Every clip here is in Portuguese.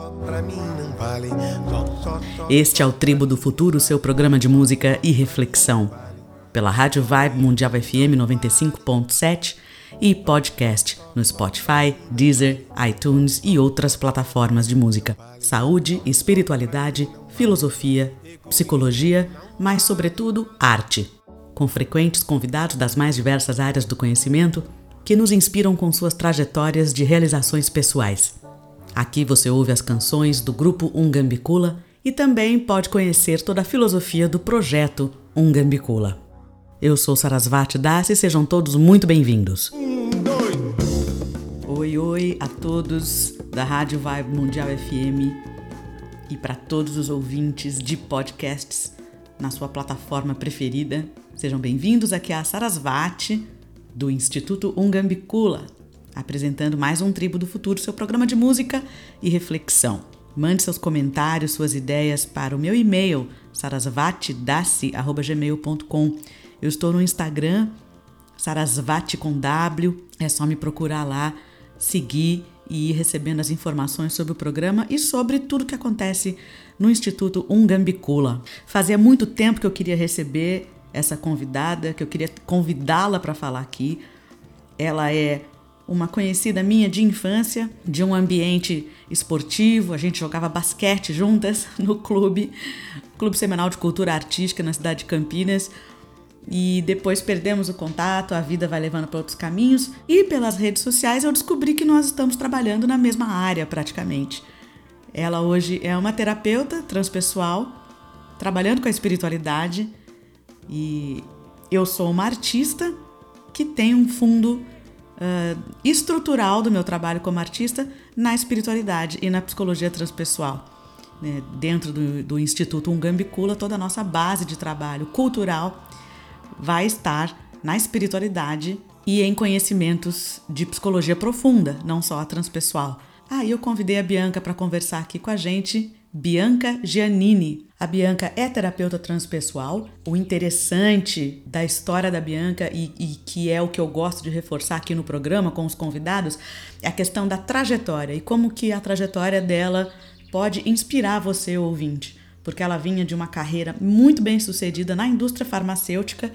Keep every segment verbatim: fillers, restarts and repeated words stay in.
Este é o Tribo do Futuro, seu programa de música e reflexão, pela Rádio Vibe Mundial F M noventa e cinco ponto sete e podcast no Spotify, Deezer, iTunes e outras plataformas de música. Saúde, espiritualidade, filosofia, psicologia, mas sobretudo arte, com frequentes convidados das mais diversas áreas do conhecimento que nos inspiram com suas trajetórias de realizações pessoais. Aqui você ouve as canções do grupo Ungambicula e também pode conhecer toda a filosofia do projeto Ungambicula. Eu sou Sarasvati Das e sejam todos muito bem-vindos. Um, dois. Oi, oi a todos da Rádio Vibe Mundial F M e para todos os ouvintes de podcasts na sua plataforma preferida. Sejam bem-vindos aqui a Sarasvati, do Instituto Ungambicula, apresentando mais um Tribo do Futuro, seu programa de música e reflexão. Mande seus comentários, suas ideias para o meu e-mail, sarasvatidassi arroba gmail ponto com. Eu estou no Instagram, Sarasvati com W, é só me procurar lá, seguir e ir recebendo as informações sobre o programa e sobre tudo que acontece no Instituto Ungambicula. Fazia muito tempo que eu queria receber essa convidada, que eu queria convidá-la para falar aqui. Ela é uma conhecida minha de infância, de um ambiente esportivo, a gente jogava basquete juntas no clube, Clube Semanal de Cultura Artística na cidade de Campinas, e depois perdemos o contato, a vida vai levando para outros caminhos, e pelas redes sociais eu descobri que nós estamos trabalhando na mesma área praticamente. Ela hoje é uma terapeuta transpessoal, trabalhando com a espiritualidade, e eu sou uma artista que tem um fundo uh, estrutural do meu trabalho como artista na espiritualidade e na psicologia transpessoal. Né? Dentro do, do Instituto Ungambicula, toda a nossa base de trabalho cultural vai estar na espiritualidade e em conhecimentos de psicologia profunda, não só a transpessoal. Ah, e eu convidei a Bianca para conversar aqui com a gente, Bianca Giannini. A Bianca é terapeuta transpessoal. O interessante da história da Bianca, e, e que é o que eu gosto de reforçar aqui no programa com os convidados, é a questão da trajetória e como que a trajetória dela pode inspirar você, ouvinte. Porque ela vinha de uma carreira muito bem sucedida na indústria farmacêutica,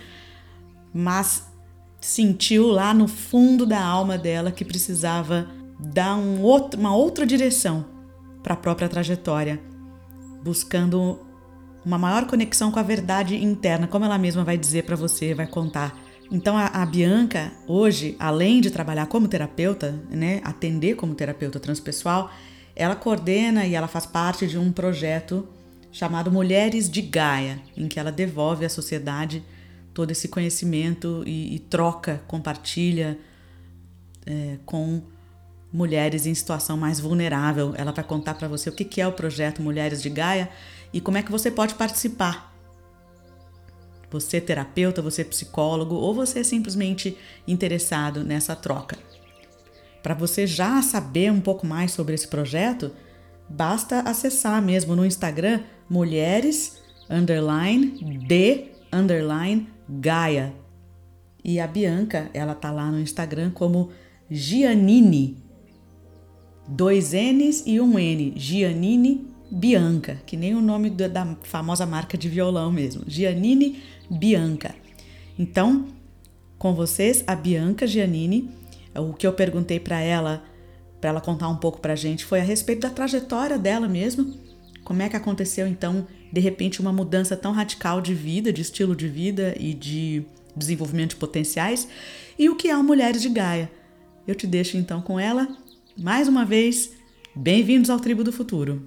mas sentiu lá no fundo da alma dela que precisava dar um outro, uma outra direção para a própria trajetória, buscando uma maior conexão com a verdade interna, como ela mesma vai dizer para você, vai contar. Então a, a Bianca, hoje, além de trabalhar como terapeuta, né, atender como terapeuta transpessoal, ela coordena e ela faz parte de um projeto chamado Mulheres de Gaia, em que ela devolve à sociedade todo esse conhecimento e, e troca, compartilha é, com mulheres em situação mais vulnerável. Ela vai contar para você o que é o projeto Mulheres de Gaia e como é que você pode participar. Você é terapeuta, você é psicólogo ou você é simplesmente interessado nessa troca. Para você já saber um pouco mais sobre esse projeto, basta acessar mesmo no Instagram mulheres, underline, de, underline, Gaia. E a Bianca, ela tá lá no Instagram como Giannini, dois N's e um N, Giannini Bianca, que nem o nome da famosa marca de violão mesmo, Giannini Bianca. Então, com vocês, a Bianca Giannini. O que eu perguntei para ela, para ela contar um pouco pra gente, foi a respeito da trajetória dela mesmo. Como é que aconteceu, então, de repente, uma mudança tão radical de vida, de estilo de vida e de desenvolvimento de potenciais? E o que é o Mulheres de Gaia? Eu te deixo, então, com ela. Mais uma vez, bem-vindos ao Tribo do Futuro.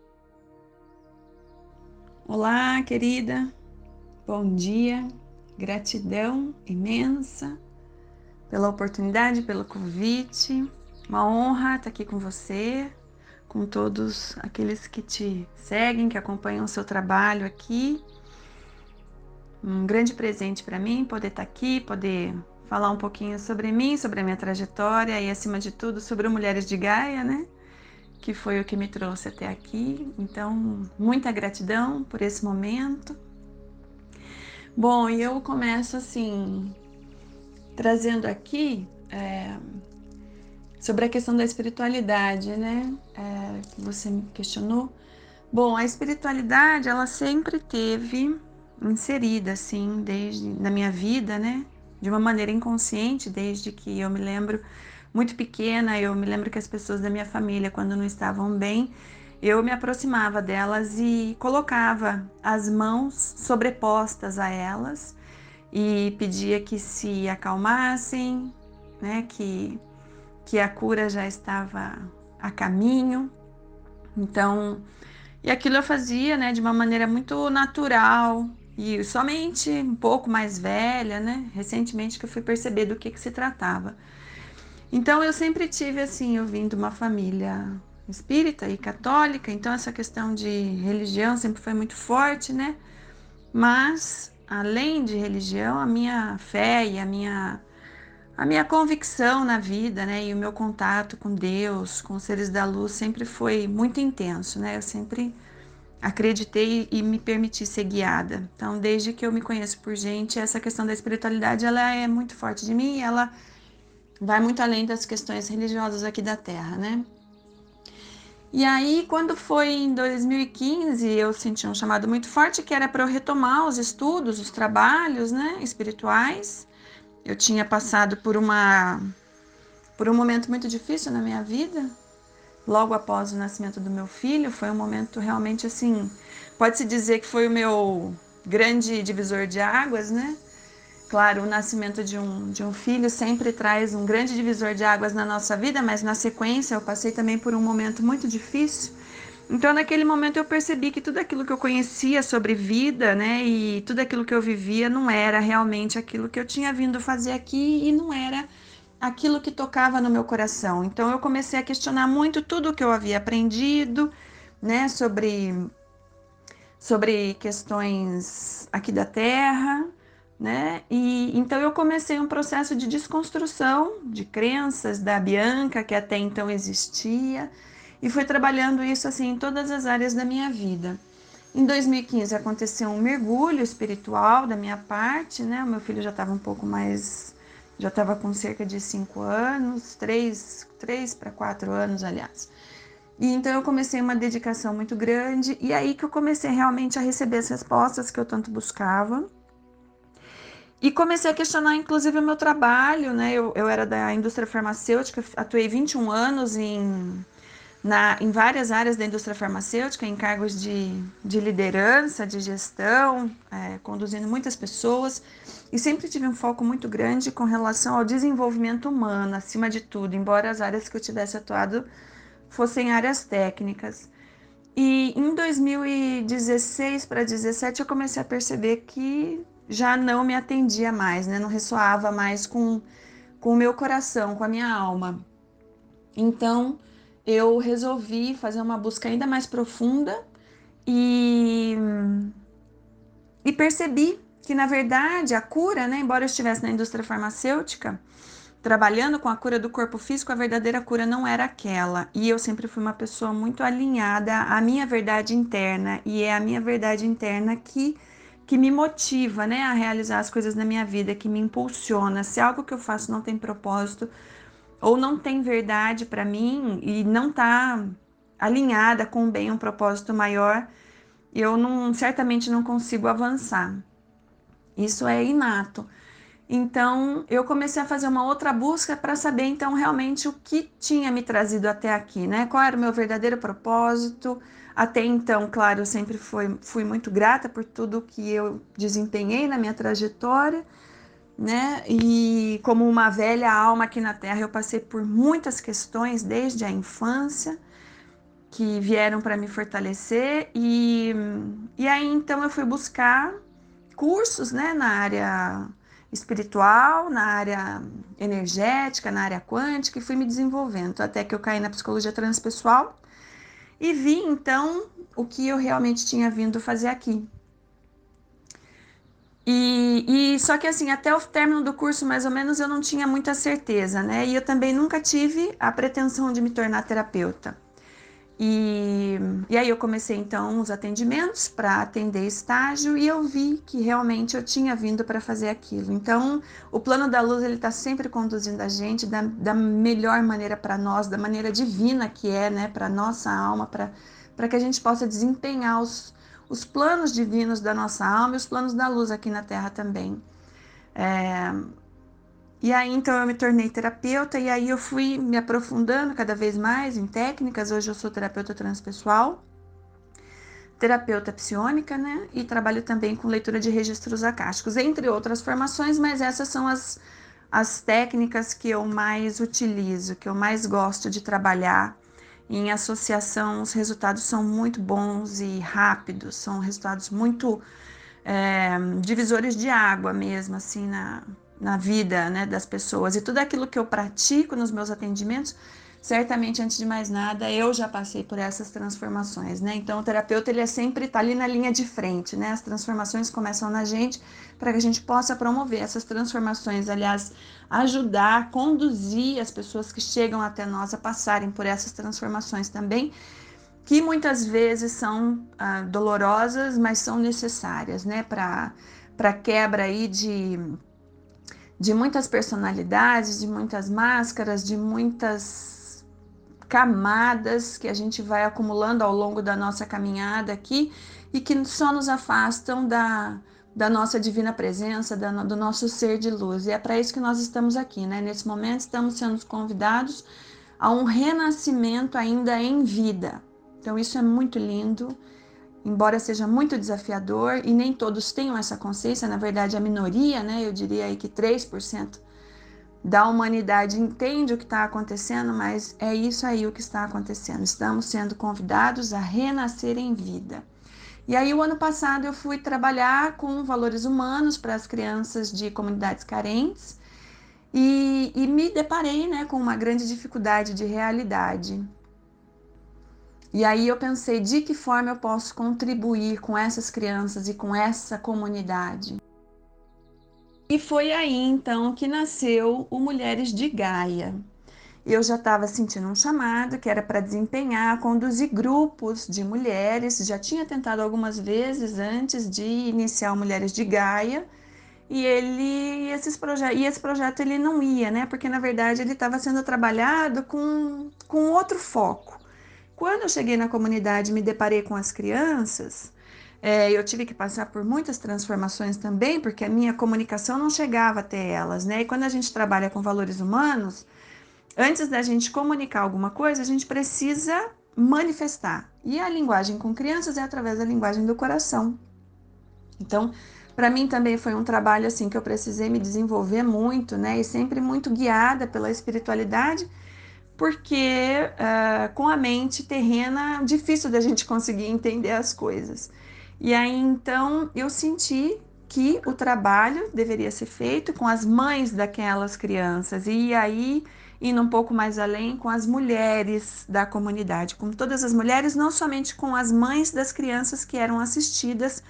Olá, querida. Bom dia. Gratidão imensa pela oportunidade, pelo convite. Uma honra estar aqui com você, com todos aqueles que te seguem, que acompanham o seu trabalho aqui. Um grande presente para mim poder estar aqui, poder falar um pouquinho sobre mim, sobre a minha trajetória e, acima de tudo, sobre o Mulheres de Gaia, né? Que foi o que me trouxe até aqui. Então, muita gratidão por esse momento. Bom, e eu começo assim, trazendo aqui é, sobre a questão da espiritualidade, né? É, que você me questionou. Bom, a espiritualidade, ela sempre teve inserida, assim, desde na minha vida, né? De uma maneira inconsciente, desde que eu me lembro muito pequena, eu me lembro que as pessoas da minha família, quando não estavam bem, eu me aproximava delas e colocava as mãos sobrepostas a elas e pedia que se acalmassem, né? Que, que a cura já estava a caminho. Então, e aquilo eu fazia, né, de uma maneira muito natural e somente um pouco mais velha, né, recentemente que eu fui perceber do que que se tratava. Então eu sempre tive assim, eu vim de uma família espírita e católica, então essa questão de religião sempre foi muito forte, né? Mas além de religião, a minha fé e a minha a minha convicção na vida, né, e o meu contato com Deus, com os seres da luz sempre foi muito intenso, né? Eu sempre acreditei e me permiti ser guiada. Então, desde que eu me conheço por gente, essa questão da espiritualidade, ela é muito forte de mim e ela vai muito além das questões religiosas aqui da Terra, né? E aí, quando foi em dois mil e quinze, eu senti um chamado muito forte que era para eu retomar os estudos, os trabalhos, né, espirituais. Eu tinha passado por uma por um momento muito difícil na minha vida, logo após o nascimento do meu filho. Foi um momento realmente assim, pode-se dizer que foi o meu grande divisor de águas, né? Claro, o nascimento de um, de um filho sempre traz um grande divisor de águas na nossa vida, mas na sequência eu passei também por um momento muito difícil. Então, naquele momento eu percebi que tudo aquilo que eu conhecia sobre vida, né, e tudo aquilo que eu vivia não era realmente aquilo que eu tinha vindo fazer aqui e não era aquilo que tocava no meu coração. Então, eu comecei a questionar muito tudo o que eu havia aprendido, né, sobre, sobre questões aqui da Terra, né? E então eu comecei um processo de desconstrução de crenças da Bianca que até então existia e fui trabalhando isso assim em todas as áreas da minha vida. Em dois mil e quinze aconteceu um mergulho espiritual da minha parte, né? O meu filho já estava um pouco mais, já estava com cerca de cinco anos, três, três para quatro anos, aliás. E então eu comecei uma dedicação muito grande e aí que eu comecei realmente a receber as respostas que eu tanto buscava. E comecei a questionar, inclusive, o meu trabalho, né? Eu, eu era da indústria farmacêutica, atuei vinte e um anos em, na, em várias áreas da indústria farmacêutica, em cargos de, de liderança, de gestão, é, conduzindo muitas pessoas. E sempre tive um foco muito grande com relação ao desenvolvimento humano, acima de tudo, embora as áreas que eu tivesse atuado fossem áreas técnicas. E em dois mil e dezesseis para dezessete eu comecei a perceber que já não me atendia mais, né? Não ressoava mais com, com o meu coração, com a minha alma. Então eu resolvi fazer uma busca ainda mais profunda e, e percebi que, na verdade, a cura, né? Embora eu estivesse na indústria farmacêutica, trabalhando com a cura do corpo físico, a verdadeira cura não era aquela. E eu sempre fui uma pessoa muito alinhada à minha verdade interna. E é a minha verdade interna que, que me motiva, né, a realizar as coisas na minha vida, que me impulsiona. Se algo que eu faço não tem propósito ou não tem verdade para mim e não está alinhada com o bem, um propósito maior, eu não, certamente não consigo avançar. Isso é inato. Então, eu comecei a fazer uma outra busca para saber, então, realmente o que tinha me trazido até aqui, né? Qual era o meu verdadeiro propósito? Até então, claro, eu sempre fui, fui muito grata por tudo que eu desempenhei na minha trajetória, né? E como uma velha alma aqui na Terra, eu passei por muitas questões desde a infância que vieram para me fortalecer e, e aí, então, eu fui buscar cursos, né, na área espiritual, na área energética, na área quântica e fui me desenvolvendo até que eu caí na psicologia transpessoal e vi então o que eu realmente tinha vindo fazer aqui. E, e só que assim, até o término do curso, mais ou menos, eu não tinha muita certeza, né? E eu também nunca tive a pretensão de me tornar terapeuta. E, E aí eu comecei então os atendimentos para atender estágio e eu vi que realmente eu tinha vindo para fazer aquilo. Então o plano da luz ele está sempre conduzindo a gente da, da melhor maneira para nós, da maneira divina que é, né, para nossa alma, para para que a gente possa desempenhar os, os planos divinos da nossa alma e os planos da luz aqui na Terra também. É... E aí então eu me tornei terapeuta e aí eu fui me aprofundando cada vez mais em técnicas. Hoje eu sou terapeuta transpessoal, terapeuta psiônica, né? E trabalho também com leitura de registros acásticos, entre outras formações, mas essas são as, as técnicas que eu mais utilizo, que eu mais gosto de trabalhar. Em associação, os resultados são muito bons e rápidos, são resultados muito é, divisores de água mesmo, assim, na, na vida, né, das pessoas. E tudo aquilo que eu pratico nos meus atendimentos, certamente, antes de mais nada, eu já passei por essas transformações, né? Então, o terapeuta, ele é sempre tá ali na linha de frente, né? As transformações começam na gente para que a gente possa promover essas transformações, aliás, ajudar, conduzir as pessoas que chegam até nós a passarem por essas transformações também, que muitas vezes são ah, dolorosas, mas são necessárias, né? Para para quebra aí de de muitas personalidades, de muitas máscaras, de muitas camadas que a gente vai acumulando ao longo da nossa caminhada aqui e que só nos afastam da, da nossa divina presença, da, do nosso ser de luz. E é para isso que nós estamos aqui, né? Nesse momento estamos sendo convidados a um renascimento ainda em vida. Então isso é muito lindo. Embora seja muito desafiador e nem todos tenham essa consciência, na verdade a minoria, né, eu diria aí que três por cento da humanidade entende o que está acontecendo, mas é isso aí o que está acontecendo. Estamos sendo convidados a renascer em vida. E aí o ano passado eu fui trabalhar com valores humanos para as crianças de comunidades carentes e, e me deparei, né, com uma grande dificuldade de realidade. E aí eu pensei, de que forma eu posso contribuir com essas crianças e com essa comunidade? E foi aí, então, que nasceu o Mulheres de Gaia. Eu já estava sentindo um chamado que era para desempenhar, conduzir grupos de mulheres. Já tinha tentado algumas vezes antes de iniciar o Mulheres de Gaia. E ele, esses projetos, e esse projeto ele não ia, né? Porque na verdade ele estava sendo trabalhado com, com outro foco. Quando eu cheguei na comunidade e me deparei com as crianças, é, eu tive que passar por muitas transformações também, porque a minha comunicação não chegava até elas, né? E quando a gente trabalha com valores humanos, antes da gente comunicar alguma coisa, a gente precisa manifestar. E a linguagem com crianças é através da linguagem do coração. Então, para mim também foi um trabalho assim que eu precisei me desenvolver muito, né? E sempre muito guiada pela espiritualidade, porque uh, com a mente terrena, difícil da gente conseguir entender as coisas. E aí, então, eu senti que o trabalho deveria ser feito com as mães daquelas crianças, e aí, indo um pouco mais além, com as mulheres da comunidade, com todas as mulheres, não somente com as mães das crianças que eram assistidas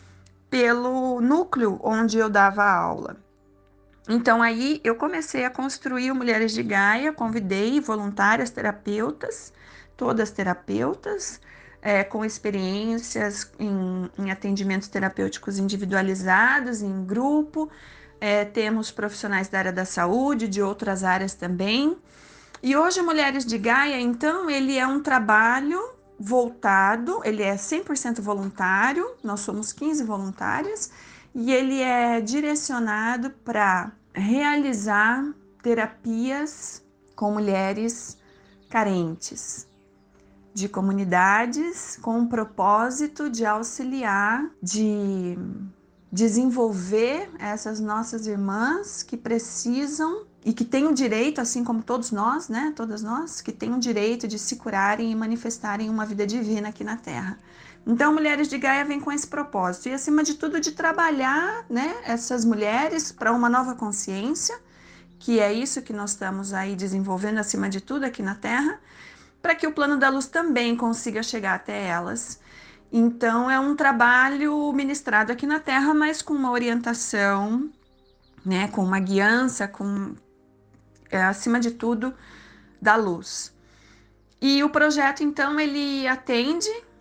pelo núcleo onde eu dava aula. Então aí eu comecei a construir o Mulheres de Gaia, convidei voluntárias terapeutas, todas terapeutas, é, com experiências em, em atendimentos terapêuticos individualizados, em grupo, é, temos profissionais da área da saúde, de outras áreas também. E hoje Mulheres de Gaia, então, ele é um trabalho voltado, ele é cem por cento voluntário, nós somos quinze voluntárias, e ele é direcionado para realizar terapias com mulheres carentes, de comunidades com o propósito de auxiliar, de desenvolver essas nossas irmãs que precisam e que têm o direito, assim como todos nós, né, todas nós, que têm o direito de se curarem e manifestarem uma vida divina aqui na Terra. Então, Mulheres de Gaia vem com esse propósito e, acima de tudo, de trabalhar, né, essas mulheres para uma nova consciência, que é isso que nós estamos aí desenvolvendo, acima de tudo, aqui na Terra, para que o plano da luz também consiga chegar até elas. Então, é um trabalho ministrado aqui na Terra, mas com uma orientação, né, com uma guiança, com, é, acima de tudo, da luz. E o projeto, então, ele atende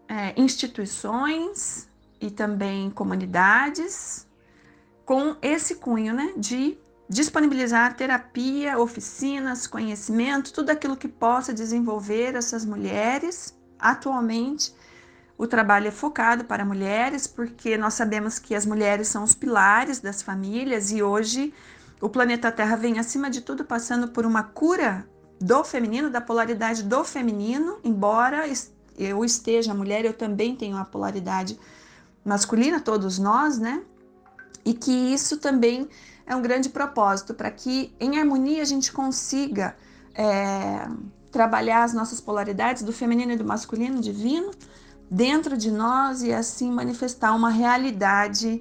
é, instituições e também comunidades com esse cunho, né, de disponibilizar terapia, oficinas, conhecimento, tudo aquilo que possa desenvolver essas mulheres. Atualmente, o trabalho é focado para mulheres, porque nós sabemos que as mulheres são os pilares das famílias e hoje o planeta Terra vem, acima de tudo, passando por uma cura do feminino, da polaridade do feminino. Embora eu esteja mulher, eu também tenho a polaridade masculina, todos nós, né? E que isso também é um grande propósito, para que em harmonia a gente consiga é, trabalhar as nossas polaridades do feminino e do masculino divino dentro de nós e assim manifestar uma realidade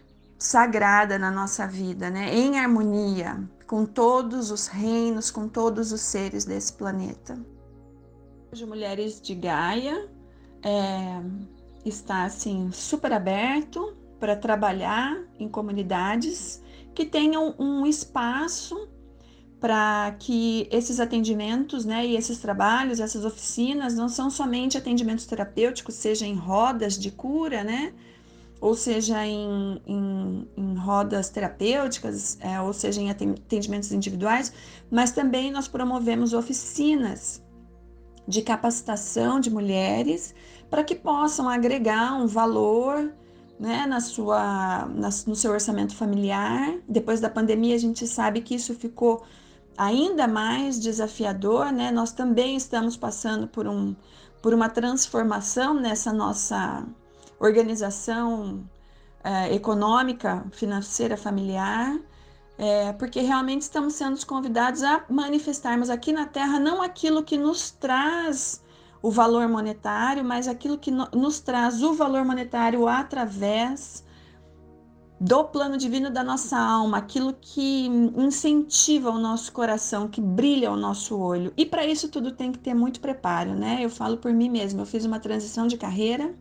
sagrada na nossa vida, né? Em harmonia com todos os reinos, com todos os seres desse planeta. Hoje, Mulheres de Gaia é, está assim super aberto para trabalhar em comunidades que tenham um espaço para que esses atendimentos, né, e esses trabalhos, essas oficinas, não são somente atendimentos terapêuticos, seja em rodas de cura, né, ou seja em, em, em rodas terapêuticas, é, ou seja em atendimentos individuais, mas também nós promovemos oficinas de capacitação de mulheres para que possam agregar um valor, né, na sua, na, no seu orçamento familiar. Depois da pandemia, a gente sabe que isso ficou ainda mais desafiador, né? Nós também estamos passando por, um, por uma transformação nessa nossa organização é, econômica, financeira, familiar, é, porque realmente estamos sendo convidados a manifestarmos aqui na Terra não aquilo que nos traz o valor monetário, mas aquilo que no, nos traz o valor monetário através do plano divino da nossa alma, aquilo que incentiva o nosso coração, que brilha o nosso olho. E para isso tudo tem que ter muito preparo, né? Eu falo por mim mesma, eu fiz uma transição de carreira,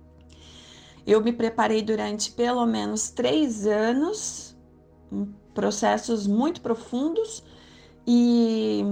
eu me preparei durante pelo menos três anos, processos muito profundos, e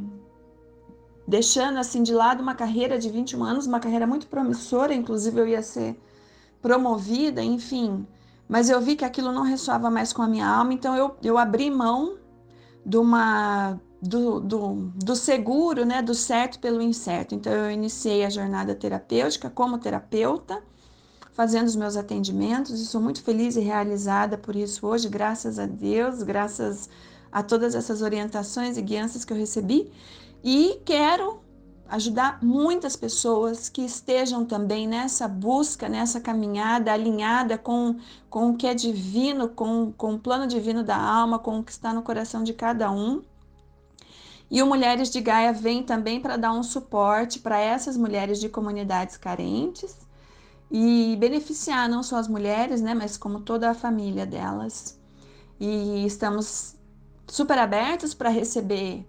deixando assim de lado uma carreira de vinte e um anos, uma carreira muito promissora, inclusive eu ia ser promovida, enfim, mas eu vi que aquilo não ressoava mais com a minha alma, então eu, eu abri mão de uma, do, do, do seguro, né, do certo pelo incerto. Então eu iniciei a jornada terapêutica como terapeuta, fazendo os meus atendimentos, e sou muito feliz e realizada por isso hoje, graças a Deus, graças a todas essas orientações e guianças que eu recebi, e quero ajudar muitas pessoas que estejam também nessa busca, nessa caminhada alinhada com, com o que é divino, com, com o plano divino da alma, com o que está no coração de cada um. E o Mulheres de Gaia vem também para dar um suporte para essas mulheres de comunidades carentes e beneficiar não só as mulheres, né, mas como toda a família delas. E estamos super abertos para receber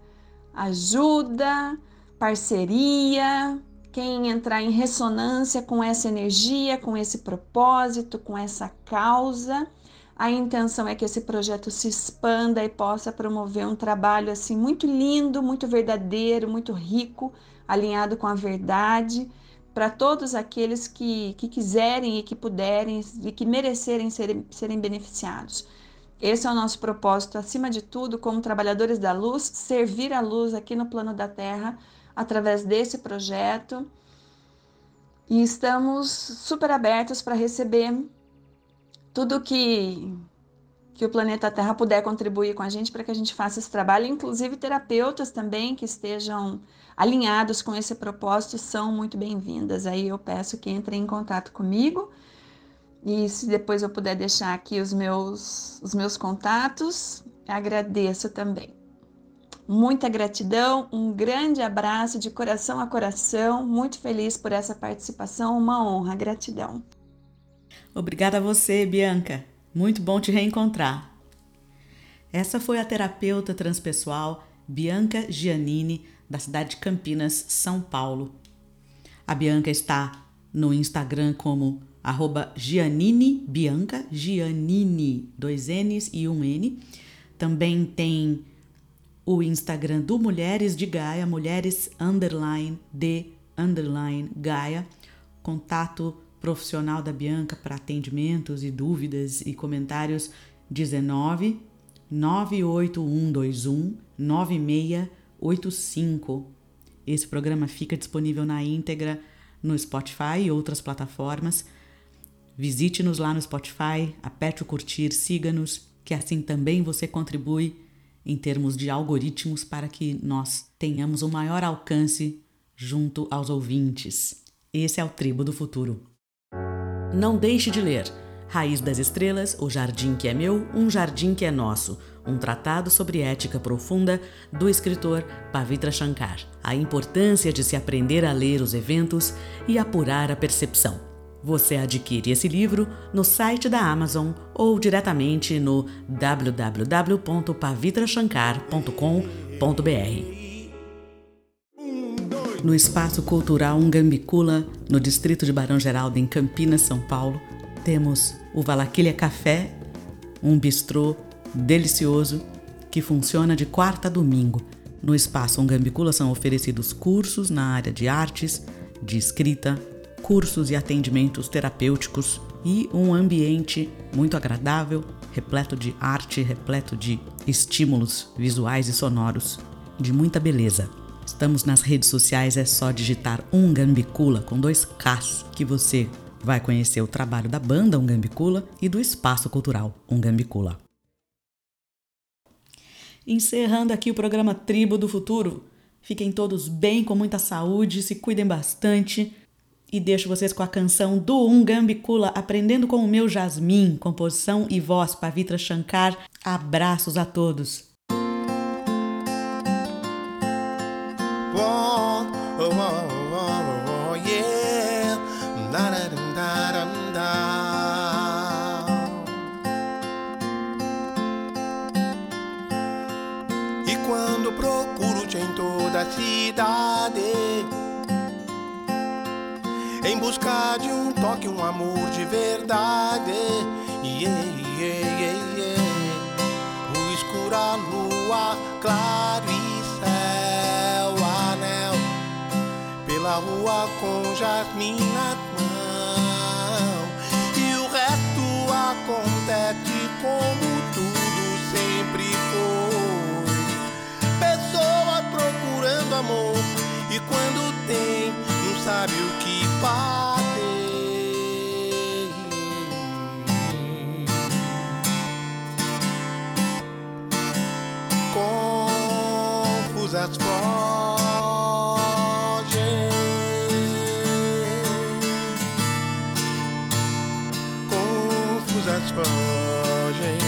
ajuda, parceria, quem entrar em ressonância com essa energia, com esse propósito, com essa causa. A intenção é que esse projeto se expanda e possa promover um trabalho assim muito lindo, muito verdadeiro, muito rico, alinhado com a verdade, para todos aqueles que, que quiserem e que puderem e que merecerem serem, serem beneficiados. Esse é o nosso propósito, acima de tudo, como trabalhadores da luz, servir a luz aqui no plano da Terra, através desse projeto. E estamos super abertos para receber tudo que, que o planeta Terra puder contribuir com a gente para que a gente faça esse trabalho. Inclusive terapeutas também que estejam alinhados com esse propósito são muito bem-vindas. Aí eu peço que entrem em contato comigo. E se depois eu puder deixar aqui os meus, os meus contatos, agradeço também. Muita gratidão, um grande abraço de coração a coração, muito feliz por essa participação, uma honra, gratidão. Obrigada a você, Bianca. Muito bom te reencontrar. Essa foi a terapeuta transpessoal Bianca Giannini, da cidade de Campinas, São Paulo. A Bianca está no Instagram como arroba Giannini Bianca, Giannini, dois N's e um N. Também tem o Instagram do Mulheres de Gaia, mulheres underline de underline Gaia, contato profissional da Bianca para atendimentos e dúvidas e comentários dezenove, nove oito um dois um, nove seis oito cinco. Esse programa fica disponível na íntegra no Spotify e outras plataformas. Visite-nos lá no Spotify, aperte o curtir, siga-nos, que assim também você contribui em termos de algoritmos para que nós tenhamos um maior alcance junto aos ouvintes. Esse é o Tribo do Futuro. Não deixe de ler Raiz das Estrelas, O Jardim que é Meu, Um Jardim que é Nosso, um tratado sobre ética profunda do escritor Pavitra Shankar. A importância de se aprender a ler os eventos e apurar a percepção. Você adquire esse livro no site da Amazon ou diretamente no w w w ponto pavitra shankar ponto com ponto b r. No Espaço Cultural Ungambicula, no distrito de Barão Geraldo, em Campinas, São Paulo, temos o Valaquilha Café, um bistrô delicioso que funciona de quarta a domingo. No Espaço Ungambicula são oferecidos cursos na área de artes, de escrita, cursos e atendimentos terapêuticos e um ambiente muito agradável, repleto de arte, repleto de estímulos visuais e sonoros, de muita beleza. Estamos nas redes sociais, é só digitar Ungambicula com dois Ks que você vai conhecer o trabalho da banda Ungambicula e do Espaço Cultural Ungambicula. Encerrando aqui o programa Tribo do Futuro. Fiquem todos bem, com muita saúde, se cuidem bastante. E deixo vocês com a canção do Ungambicula, Aprendendo com o Meu Jasmim, composição e voz Pavitra Shankar. Abraços a todos. Oh, oh, oh, oh, oh, yeah. Da, da, da, da, da. E quando procuro-te em toda a cidade, em busca de um toque, um amor de verdade, yeah, yeah, yeah, yeah. O escuro, a lua, claro e céu, anel, pela rua com jasmim na mão. E o resto acontece como tudo sempre foi. Pessoas procurando amor, e quando tem, não sabe o que fazer. Confusas fogem, confusas fogem.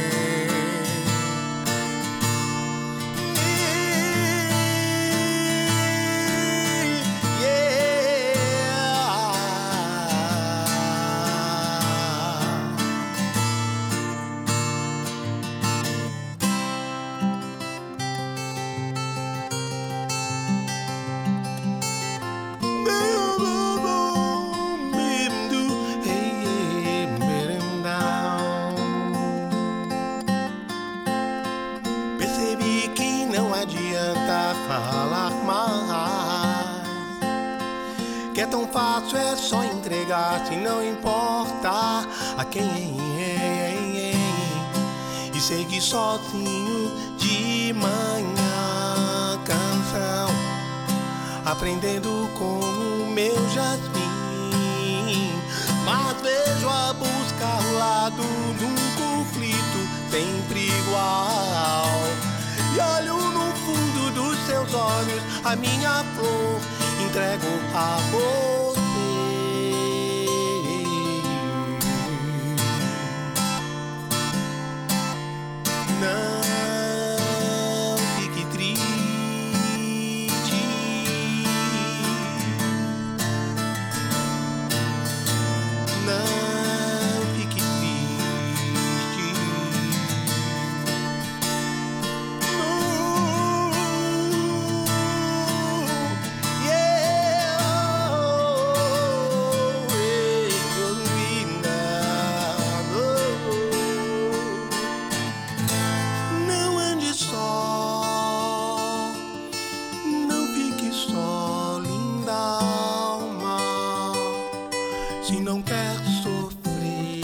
Percebi que não adianta falar mais, que é tão fácil, é só entregar, se não importa a quem. E seguir sozinho de manhã, canção, aprendendo com o meu jasmim. Mas vejo a busca ao lado num conflito sempre igual, e olho no fundo dos seus olhos, a minha flor entrego a você. Não fique triste, não fique triste. Uh, yeah, se não quer sofrer.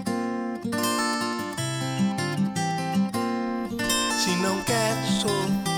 Se não quer sofrer.